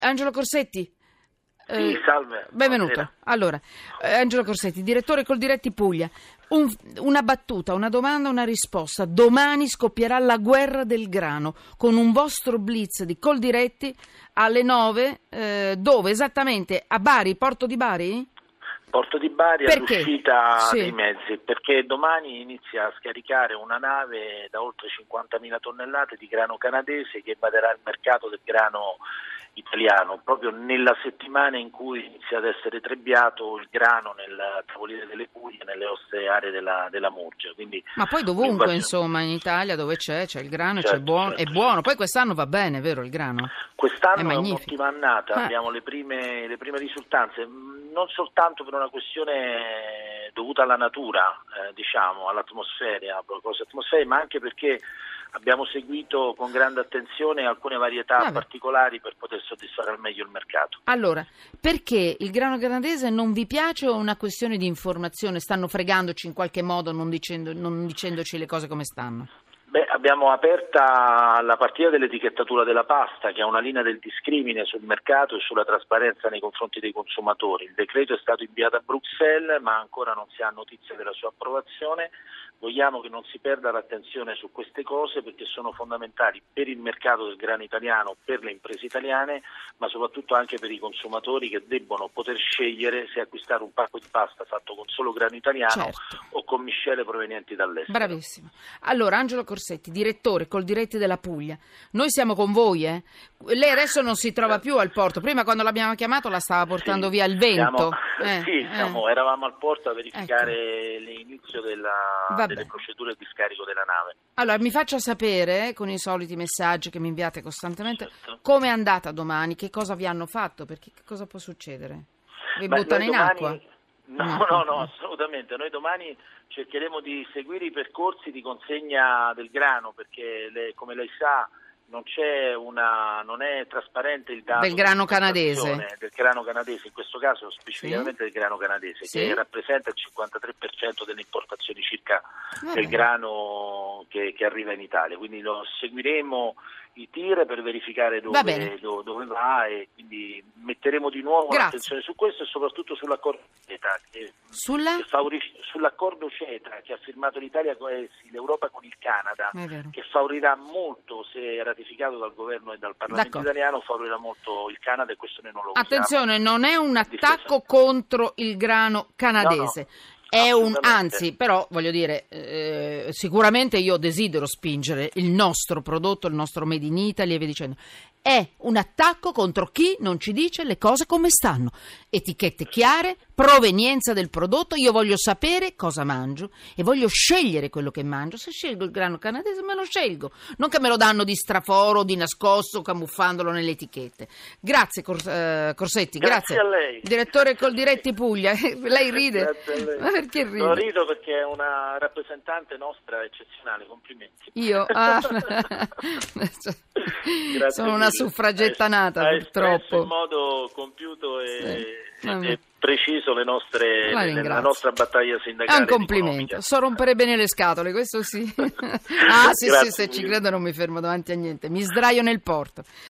Angelo Corsetti. Sì, salve. Benvenuto. Buonasera. Allora, Angelo Corsetti, direttore Coldiretti Puglia. Una battuta, una domanda, una risposta. Domani scoppierà la guerra del grano con un vostro blitz di Coldiretti alle 9. Dove esattamente? A Bari, Porto di Bari? Porto di Bari all'uscita dei mezzi, perché domani inizia a scaricare una nave da oltre 50.000 tonnellate di grano canadese che invaderà il mercato del grano italiano, proprio nella settimana in cui inizia ad essere trebbiato il grano nel tavolino delle Puglie, nelle oste aree della Murgia. Quindi, ma poi dovunque, insomma, in Italia dove c'è il grano, certo, è buono. Poi quest'anno va bene, vero, il grano? Quest'anno è un'ottima annata, abbiamo le prime risultanze, non soltanto per una questione dovuta alla natura, all'atmosfera, ma anche perché abbiamo seguito con grande attenzione alcune varietà particolari per poter soddisfare al meglio il mercato. Allora, perché il grano canadese non vi piace o è una questione di informazione? Stanno fregandoci in qualche modo, non dicendoci le cose come stanno? Abbiamo aperta la partita dell'etichettatura della pasta, che è una linea del discrimine sul mercato e sulla trasparenza nei confronti dei consumatori. Il decreto è stato inviato a Bruxelles, ma ancora non si ha notizia della sua approvazione. Vogliamo che non si perda l'attenzione su queste cose perché sono fondamentali per il mercato del grano italiano, per le imprese italiane, ma soprattutto anche per i consumatori che debbono poter scegliere se acquistare un pacco di pasta fatto con solo grano italiano, certo, o con miscele provenienti dall'estero. Bravissimo. Allora, Angelo Corsetti, direttore Coldiretti della Puglia, noi siamo con voi, eh? Lei adesso non si trova più al porto, prima quando l'abbiamo chiamato la stava portando via il vento. Eravamo al porto a verificare l'inizio delle procedure di scarico della nave. Allora, mi faccia sapere, con i soliti messaggi che mi inviate costantemente, come è andata domani, che cosa vi hanno fatto, perché che cosa può succedere? Vi buttano in acqua? No, assolutamente. Noi domani cercheremo di seguire i percorsi di consegna del grano, perché come lei sa non è trasparente il dato del grano canadese. Del grano canadese, in questo caso specificamente del grano canadese, che rappresenta il 53% delle importazioni circa del grano che arriva in Italia. Quindi lo seguiremo i tir per verificare dove va, e quindi metteremo di nuovo l'attenzione su questo e soprattutto sull'accordo CETA sull'accordo CETA che ha firmato l'Italia e l'Europa con il Canada, che favorirà molto, se ratificato dal governo e dal Parlamento italiano, favorirà molto il Canada, e questo noi non lo usiamo. Attenzione, non è un attacco contro il grano canadese. No. Anzi, però voglio dire, sicuramente io desidero spingere il nostro prodotto, il nostro Made in Italy e via dicendo. È un attacco contro chi non ci dice le cose come stanno. Etichette chiare, provenienza del prodotto. Io voglio sapere cosa mangio e voglio scegliere quello che mangio. Se scelgo il grano canadese me lo scelgo, non che me lo danno di straforo, di nascosto, camuffandolo nelle etichette. Grazie Corsetti, grazie a lei. Direttore Coldiretti Puglia. Lei ride? Grazie a lei. Ma perché ride? No, rido perché è una rappresentante nostra eccezionale, complimenti. Io? Sono una suffragetta nata, purtroppo. In modo compiuto e preciso la nostra battaglia sindacale. È un complimento. Economica. So rompere bene le scatole, questo sì. Sì, se ci credo non mi fermo davanti a niente, mi sdraio nel porto.